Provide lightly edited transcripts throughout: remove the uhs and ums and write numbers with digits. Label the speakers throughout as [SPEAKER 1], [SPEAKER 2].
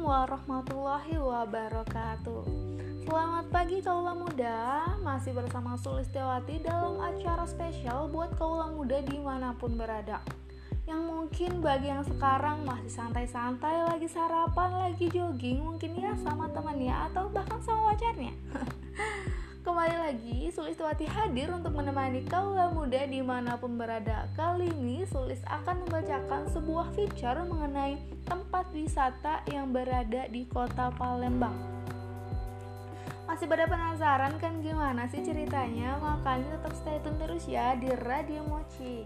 [SPEAKER 1] warahmatullahi wabarakatuh. Selamat pagi kaula muda, masih bersama Sulistiawati dalam acara spesial buat kaula muda dimanapun berada. Yang mungkin bagi yang sekarang masih santai-santai, lagi sarapan, lagi jogging, mungkin ya sama temannya atau bahkan sama pacarnya. Kembali lagi, Sulistiawati hadir untuk menemani kaula muda dimanapun berada. Kali ini Sulis akan membacakan sebuah feature mengenai tempat wisata yang berada di kota Palembang. Masih pada penasaran kan gimana sih ceritanya? Makanya tetap stay tune terus ya di Radio Mochi.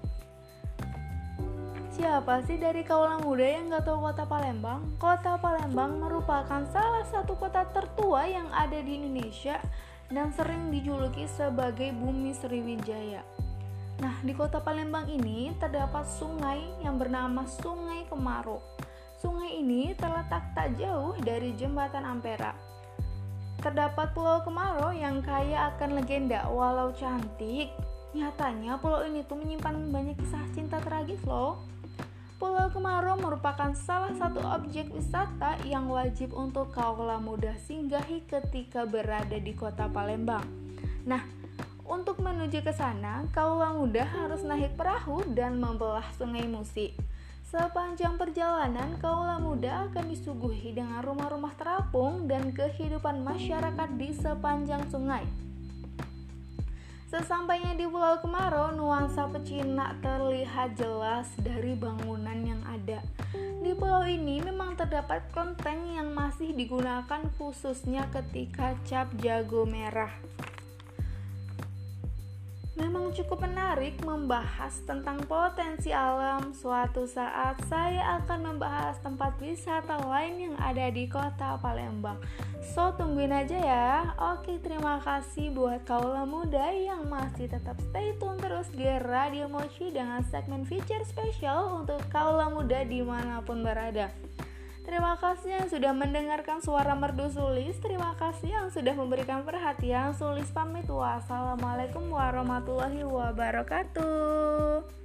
[SPEAKER 1] Siapa sih dari kaula muda yang gak tahu kota Palembang? Kota Palembang merupakan salah satu kota tertua yang ada di Indonesia dan sering dijuluki sebagai Bumi Sriwijaya. Nah, di kota Palembang ini terdapat sungai yang bernama Sungai Kemaro. Sungai ini terletak tak jauh dari Jembatan Ampera. Terdapat Pulau Kemaro yang kaya akan legenda. Walau cantik, nyatanya pulau ini tuh menyimpan banyak kisah cinta tragis loh. Pulau Kemaro merupakan salah satu objek wisata yang wajib untuk kaula muda singgahi ketika berada di kota Palembang. Nah, untuk menuju ke sana, kaula muda harus naik perahu dan membelah Sungai Musi. Sepanjang perjalanan, kaula muda akan disuguhi dengan rumah-rumah terapung dan kehidupan masyarakat di sepanjang sungai. Sesampainya di Pulau Kemaro, nuansa pecina terlihat jelas dari bangunan yang ada. Di pulau ini memang terdapat kelenteng yang masih digunakan khususnya ketika cap jago merah. Memang cukup menarik membahas tentang potensi alam. Suatu saat saya akan membahas tempat wisata lain yang ada di kota Palembang. So, tungguin aja ya. Oke, terima kasih buat kaula muda yang masih tetap stay tune terus di Radio Mochi dengan segmen feature spesial untuk kaula muda dimanapun berada. Terima kasih yang sudah mendengarkan suara merdu Sulis. Terima kasih yang sudah memberikan perhatian. Sulis pamit. Wassalamualaikum warahmatullahi wabarakatuh.